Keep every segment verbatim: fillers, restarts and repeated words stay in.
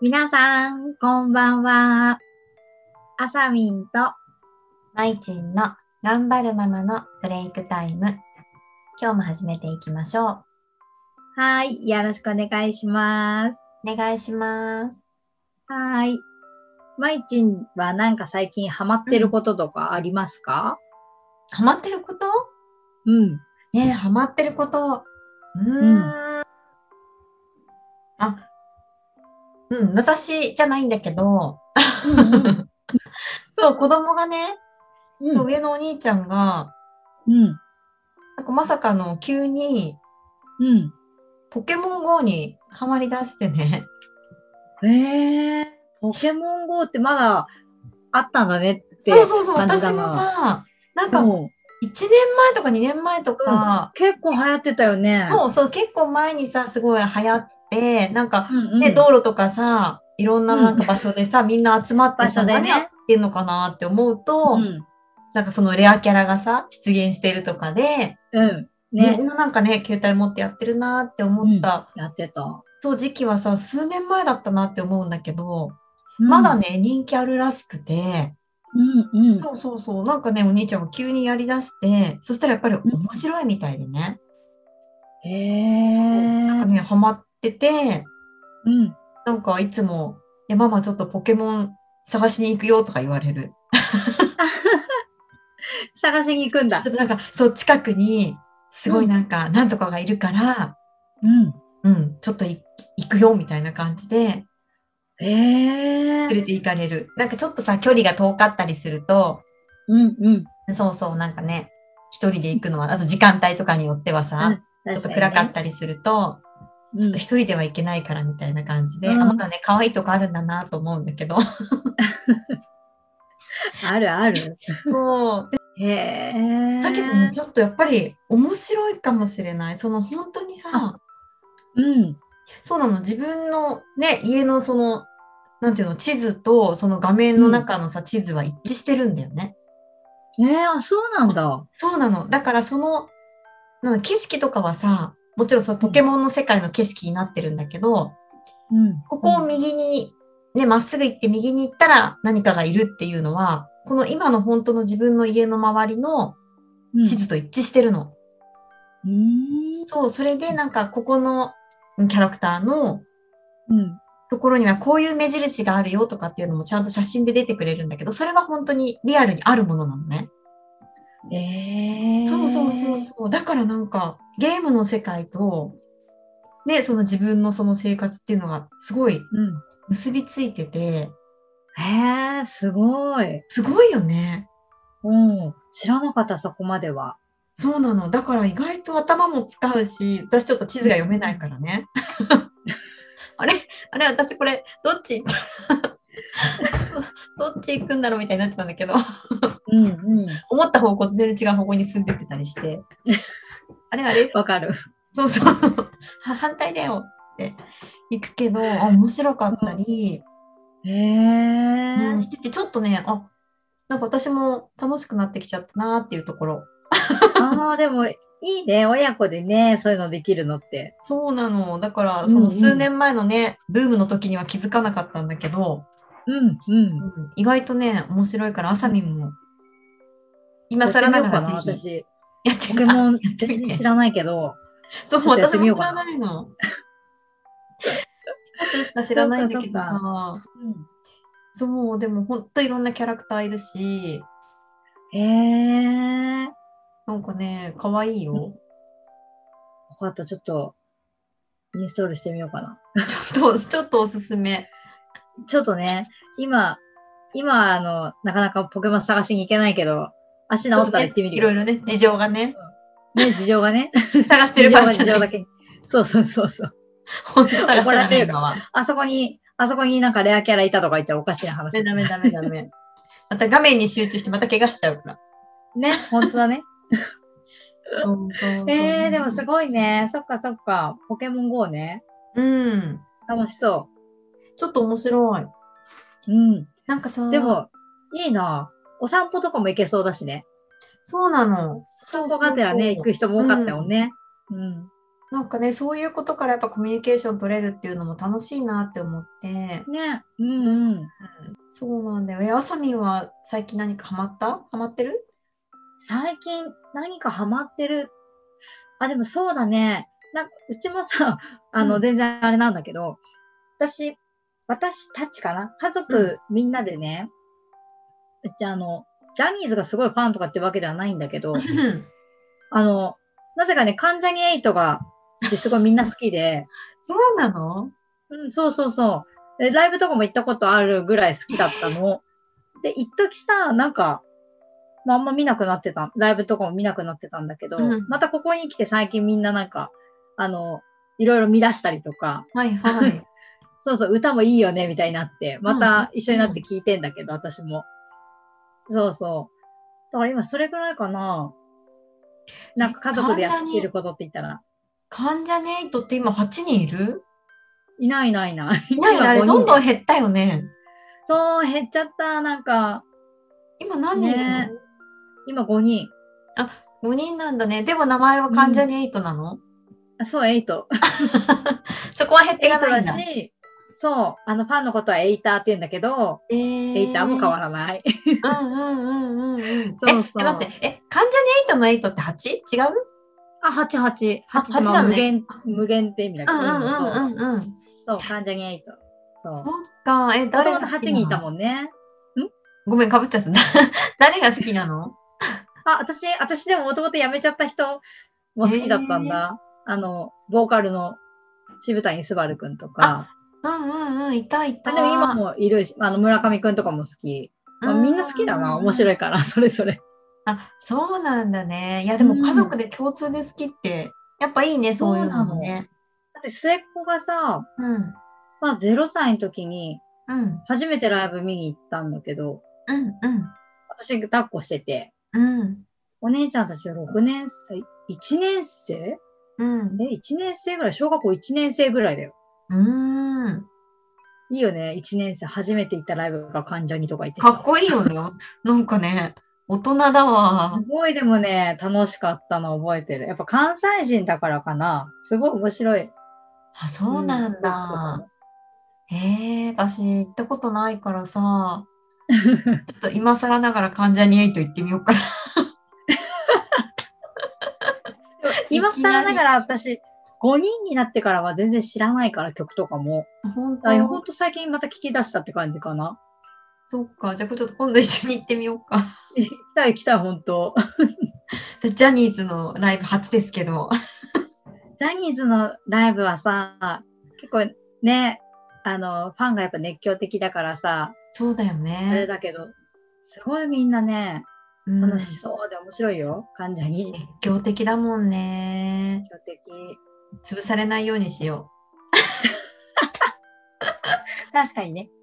皆さん、こんばんは。あさみんと、 まいちんの頑張るママのブレイクタイム。今日も始めていきましょはい、よろしくお願いします。 う。お願いします。 はい。まいちんはなんか最近ハマっうん。 てることとかありますか？ ハマってることうん、 ねえ、ハマってること。ううん、 ーん。あ、うん、私じゃないんだけど、 うん、うん、 そう、子供がね、そう、 うん、 上のお兄ちゃんが、 うん、 なんかまさかの急にうん。 ポケモン ゴー にハマりだしてね。 へえ、ポケモン ゴー ってまだあったんだねってそうそうそう、 感じ私もだな。 さ、なんか、 うん、 いちねんまえとかにねんまえとうん。 か、 結構流行ってたよね。 そうそう、結構前にさ、すごい流行って、なんか、 うん、 ね、 うん、 道路とかさ、いろんなうん。 なんか場所でさ、みんな集まって場さ、何やっ所でね。 てんのかなって思うと、 うん、 なんかそのレアキャラがさ、出現してるとかで、 うん。ね。 みんななんかね、携帯持ってやってるなって思うん。 った、 やってた。 そう、時期はさ、数年前だったなって思うんだけど、 うん。 まだね、人気あるらしくて、 うんうん。 そうそうそう、なんかね、お兄ちゃんが急にやりだして、そしたらやっぱりうん。 面白いみたいでね、 へそう、なんかえ。 ね、ハマってて、 うん。 なんかいつも、いや、ママちょっとポケモン探しに行くよとか言われる。 探しに行くんだ。 なんか、そう、近くに、すうん。 ごいなんか、なんとかがいるから、 うん。 うん、ちょっとい行くよみたいな感じで、 へえ。 連れて行かれる。なんかちょっとさ、距離が遠かったりすると、 うんうん。 そうそう、なんかね、一人で行くのは、あと時間帯とかによってはさ、 うん。 ちょっと確かにね。 暗かったりすると、ちょっとうん。 一人では行けないからみたいな感じで、あ、まうん。 だね、可愛いとこあるんだなと思うんだけど。 あるある。 そう。 へだけどね、 え。 ちょっとやっぱり面白いかもしれない。その本当にあ、 さ、 うん。 そうなの、自分のね、家のその、なんていうの、地図とその画面のうん。 中のさ、地図は一致してるんだよね。 ええ、あ、そうなんだ。 そうなの。だからその、なんか景色とかはさ、もちろんそのうん。 ポケモンの世界の景色になってるんだけど、 うん。 ここをうん。 右に、ね、まっすぐ行って右に行ったら何かがいるっていうのは、この今の本当の自分の家の周りのうん。 地図と一致してるの。 うーん。 そう、それでなんかここのキャラクターのうん。 ところにはこういう目印があるよとかっていうのもちゃんと写真で出てくれるんだけど、それは本当にリアルにあるものなのね。そうそうそうええ。 そう。だからなんかゲームの世界と、で、その自分のその生活っていうのがすごいうん。 結びついてて、 へえ、すごい。 すごいよね。 うん。知らなかった、そこまでは。 そうなの。だから意外と頭も使うし、私ちょっと地図が読めないからね。あれあれ私これ、どっちどっち行くんだろうみたいになってたんだけど、 うんうん。 思った方向と全然違う方向に進んでってたりして、あれあれわかる。 そうそうそう。は反対だよって行くけど、あ、面白かったうり、 ん。へうん、 え。 してて、ちょっとね、あ、なんか私も楽しくなってきちゃったなっていうところ。 ああ、でも、いいね。親子でね、そういうのできるのって。 そうなの。だから、 うそのんうん。 数年前のね、ブームの時には気づかなかったんだけど、 うんうん。 うん、意外とね、面白いから、あさみんも、今やって更ながみようかな、 らぜひ、 私。 やってみ、あ、 ポケモンやってみて。 全然知らないけど、 そう、 ちょっとやって私も知らみようかな。 ないの。ピカチュウしか知らそっかないんだけどそっか。 さ、 うん。 そう、でもほんといろんなキャラクターいるし、 へえ。 なんかね、かわいいうん。 よ。 わかった。ちょっと、インストールしてみようかな。 ちょっと、ちょっとおすすめ。 ちょっとね、今、今、あの、なかなかポケモン探しに行けないけど、足治ったら行っちょっとね、 てみるよ。 いろいろね、事情がね、 ね、事情がね。 探してる場事情が合じゃない。 事情だけに。そうそうそうそう。 ほんと探しちゃダメ、 怒られるか。 今は。 あそこに、あそこになんかレアキャラいたとか言ったらおかしな話だかダメダメダメダメ。また画面に集中してまた怪我しちゃうから。 ら。ね、本当だね。 そうそうそう。 えー、でもすごいね。そっかそっか。ポケモン ゴー ね。 うん。 楽しそちょっと面白い。 う。うん。 なんかさ、 でも、いいな。お散歩とかも行けそうだしね。 そうなの。 散歩がそうそうてらね、行そく人もう。 多かったうん。 よね。うん。 なんかね、そういうことからやっぱコミュニケーション取れるっていうのも楽しいなって思って。 ね。うんうん。 そうなんだよ。え、あさみんは最近何かハマったハマってる？ 最近何かハマってる。あ、でもそうだね。なんか、うちもさ、あの、 うん。 全然あれなんだけど、私、私たちかな家うん。 族みんなでね、うちあの、ジャニーズがすごいファンとかってわけではないんだけど、あの、なぜかね、関ジャニエイトが、うちすごいみんな好きで、 そうなの？ うん、そうそうそう。でライブとかも行ったことあるぐらい好きだったの。で、一時さ、なんか、まあ、あんま見なくなってた、ライブとかも見なくなってたんだけど、 うん。 またここに来て最近みんななんか、あの、いろいろ見出したりとか、 はいはい。 そうそう、歌もいいよね、みたいになって、まうんた一緒になうんうん。 って聞いてんだけど、私も。そうそう。だから今それぐらいかな。なんえ、 か家族で関ジャニ、 やってることって言ったら、 関ジャニエイトって今はちにんいる？ いないいないいない。 いないよね。 今あれどごにんだよ。 んどん減ったよね。 そう、減っちゃった。なんか、 今何人いるね、 の？ 今ごにん。 あ、ごにんなんだね。でも名前はうん。 関ジャニエイトなの？ あそう、エイト。 そこは減ってエイトだがないんだ。 し、そう、あの、ファンのことはエイターって言うんだけど、 えエイターも変ー、 わらない。 うんうんうんうんうん。え、 そうえ、待って、 そう。 え、関ジャニエイトのエイトって はち？ 違う？ あ、はち、はち。 あ、 はちって、 はちまあ、 なのね。 無限、無限って意味だうんけど、うん、 うんうそう。 んうんうん。 そう、関ジャニエイト。 そっそか。え、 う。もと誰がもと8 好きなの？ 人いたもんね。んごめん、かぶっちゃった。誰が好きなの？ あ、私、私でももともと辞めちゃった人もえ好きだったんー、 だ。あの、ボーカルの渋谷昴くんとあ、 か。 うんうんうん、いたいあ、でも今た。 もいるし、あの、村上くんとかも好き。まあ、みんうんうな好きだな。面んうんうん。 白いから、それぞれ。 あ、そうなんだね。いや、 うでも家ん。 族で共通で好きって、やっぱいいね、そうそういうのなの。 もね。 だって末っ子がさ、 うん、 まあゼロさいの時にうん、 初めてライブ見に行ったんだけど、 うん、うん、 私抱っこしてて、 うん、 お姉ちゃんたちはろくねん生、いちねん生うん、 え、いちねん生ぐらい小学校いちねん生ぐらいだよ。 うーん。 いいよね。いちねん生初めて行ったライブが関ジャニとか行ってさ。 かっこいいよね。なんかね、大人だわ。 すごいでもね、楽しかったの覚えてる。やっぱ関西人だからかな。すごい面白い。 あ、 うん、 そうなんトークとかだ。 も。 ええ、私行ったことないからさ、ちょっと今更ながら関ジャニエイト行ってみようかな。 でもい今きなり。 更ながら私、ごにんになってからは全然知らないから曲とかも。あ、ほん本当？ と最近また聞き出したって感じかな。 そっか。じゃあちょっと今度一緒に行ってみようか。 行きたい行きたい、ほんと。 ジャニーズのライブ初ですけど。 ジャニーズのライブはさ、結構ね、あの、ファンがやっぱ熱狂的だからさ、 そうだよあれね。 だけど、すごいみんなね、 う楽しん。 そうで面白いよ。関ジャニ。 熱狂的だもんね。 熱狂的。 潰されないようにしよ確かにね。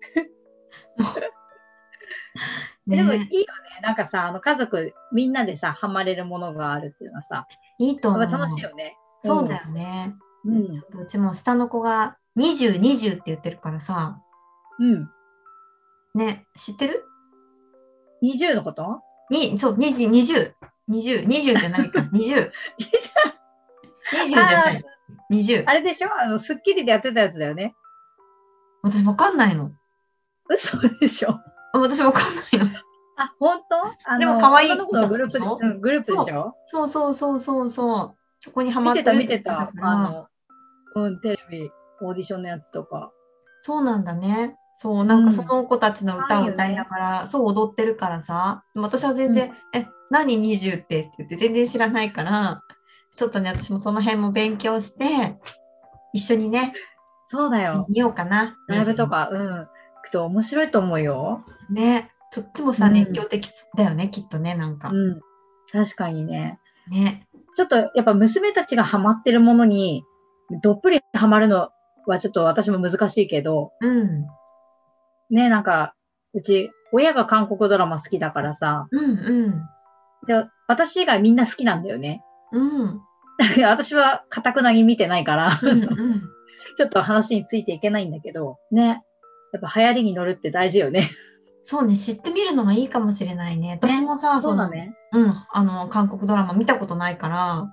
う。 えでもいね。 いよね。なんかさ、あの家族みんなでさ、ハマれるものがあるっていうのはさ、 いいとやっぱ楽しい思う。 よね。うん。 そうだよね。 うん。 ちょっとうちも下の子がにじゅう、にじゅうって言ってるからさ、 うん。 ね、知ってる？ にじゅうのことに、そう、にじゅう、にじゅう、にじゅう、にじゅうじゃないか、にじゅう、にじゅうじゃなああ、 い、にじゅう。 あれでしょあの、スッキリでやってたやつだよね。 私わかんないの。 嘘でしょあ、私わかんないの。 あ、本当あでもの、 可愛い子女の子のグループで、 たちでしょ？ うん、グループでそう、 しょそうそうそうそうそう。そこにハマって見てたるって言ってた見てた。 から、 あの、うん、テレビ、オーディションのやつとか。 そうなんだね。そう、なんかそうん。 の子たちの可愛歌を歌いないよね。 がら、そう踊ってるからさ、でも私は全うん。 然、え、何にじゅうってって言って全然知らないから、ちょっとね、私もその辺も勉強して、一緒にね、 そうだよ。 見ようかな、にじゅうも。 ライブとか、うん。行くと面白いと思うよ。 ね、そっちもうさ、熱狂ん。 的だよね、きっとね、なんか。 うん。確かにね。 ね。 ちょっとやっぱ娘たちがハマってるものに、どっぷりハマるのはちょっと私も難しいけど、 うん。 ね、なんか、うち、親が韓国ドラマ好きだからさ、 うんうん。 で、私以外みんな好きなんだよね。 うん。 だから私は堅くなに見てないから、 うんうん。 ちょっと話についていけないんだけど、ね。やっぱ流行りに乗るって大事よね。 そうね、知ってみるのがいいかもしれないね。私ね。 もさ、その、 そうだね。 うん、あの、韓国ドラマ見たことないから、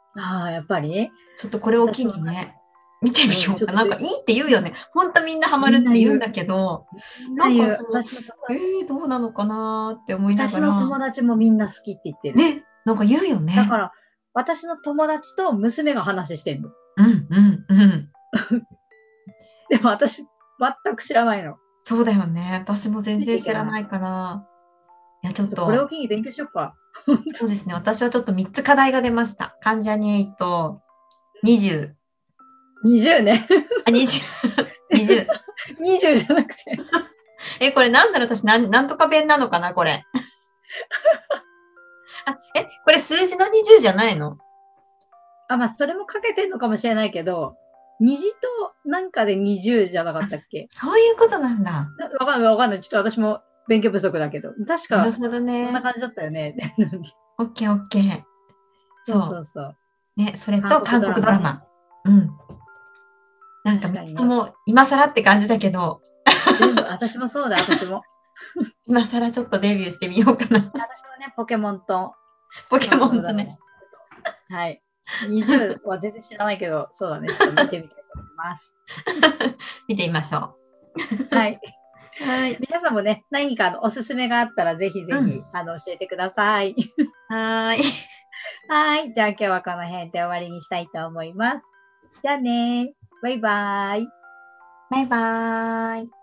ああ、やっぱりちょっとこれを機に私はね、見てみようかな。 うんちょっとなんかいいって言うよね。ほんとみんなハマるっみんな言う。 て言うんだけど、 みんな言う。 なんかその、 私の友え達、 ー、どうなのかなって思いな私がら、 の友達もみんな好きって言ってる。 ね、なんか言うよね。 だから、私の友達と娘が話してんの。 うんうんうん。 でも私、全く知らないの。 そうだよね。私も全ついていけない。 然知らないから、いや、ちちょっとこれをょっと、 機に勉強しようか。本当そうですね。私はちょっとみっつ課題が出ました。関ジャニエイト、にじゅう、 にじゅうね。 あ、にじゅう、にじゅう。 にじゅうじゃなくて。 え、これなんだろう私なん、なんとか弁なのかなこれ。あ、え、これ数字のにじゅうじゃないの？ あ、まあ、それもかけてんのかもしれないけど、虹となんかでにじゅうじゃなかったっけ？ そういうことなんだ。 なわかんない、わかんない。ちょっと私も勉強不足だけど。確か、 なるほどね。 そんな感じだったよね。 オッケーオッケー。 そうそそうそう。 う。ね、それ韓と韓国ドラマね。 国ドラマ。うん。なんか3 確かにね。 つとも今更って感じだけど、 全部、私もそうだ、私も。 今更ちょっとデビューしてみようかな。 私もね、ポケモンとポケ韓モンとね。 国ドラマ。はい。にじゅうは全然知らないけど、そうだね。ちょっと見てみたいと思います。 見てみましょはい。 う。はい。 皆さんもね、何かおすすめがあったら、ぜひぜひ、 うん。 あの、教えてください。 はーい。 はい。じゃあ今日はこの辺で終わりにしたいと思います。じゃあね。バイバーイ。 バイバーイ。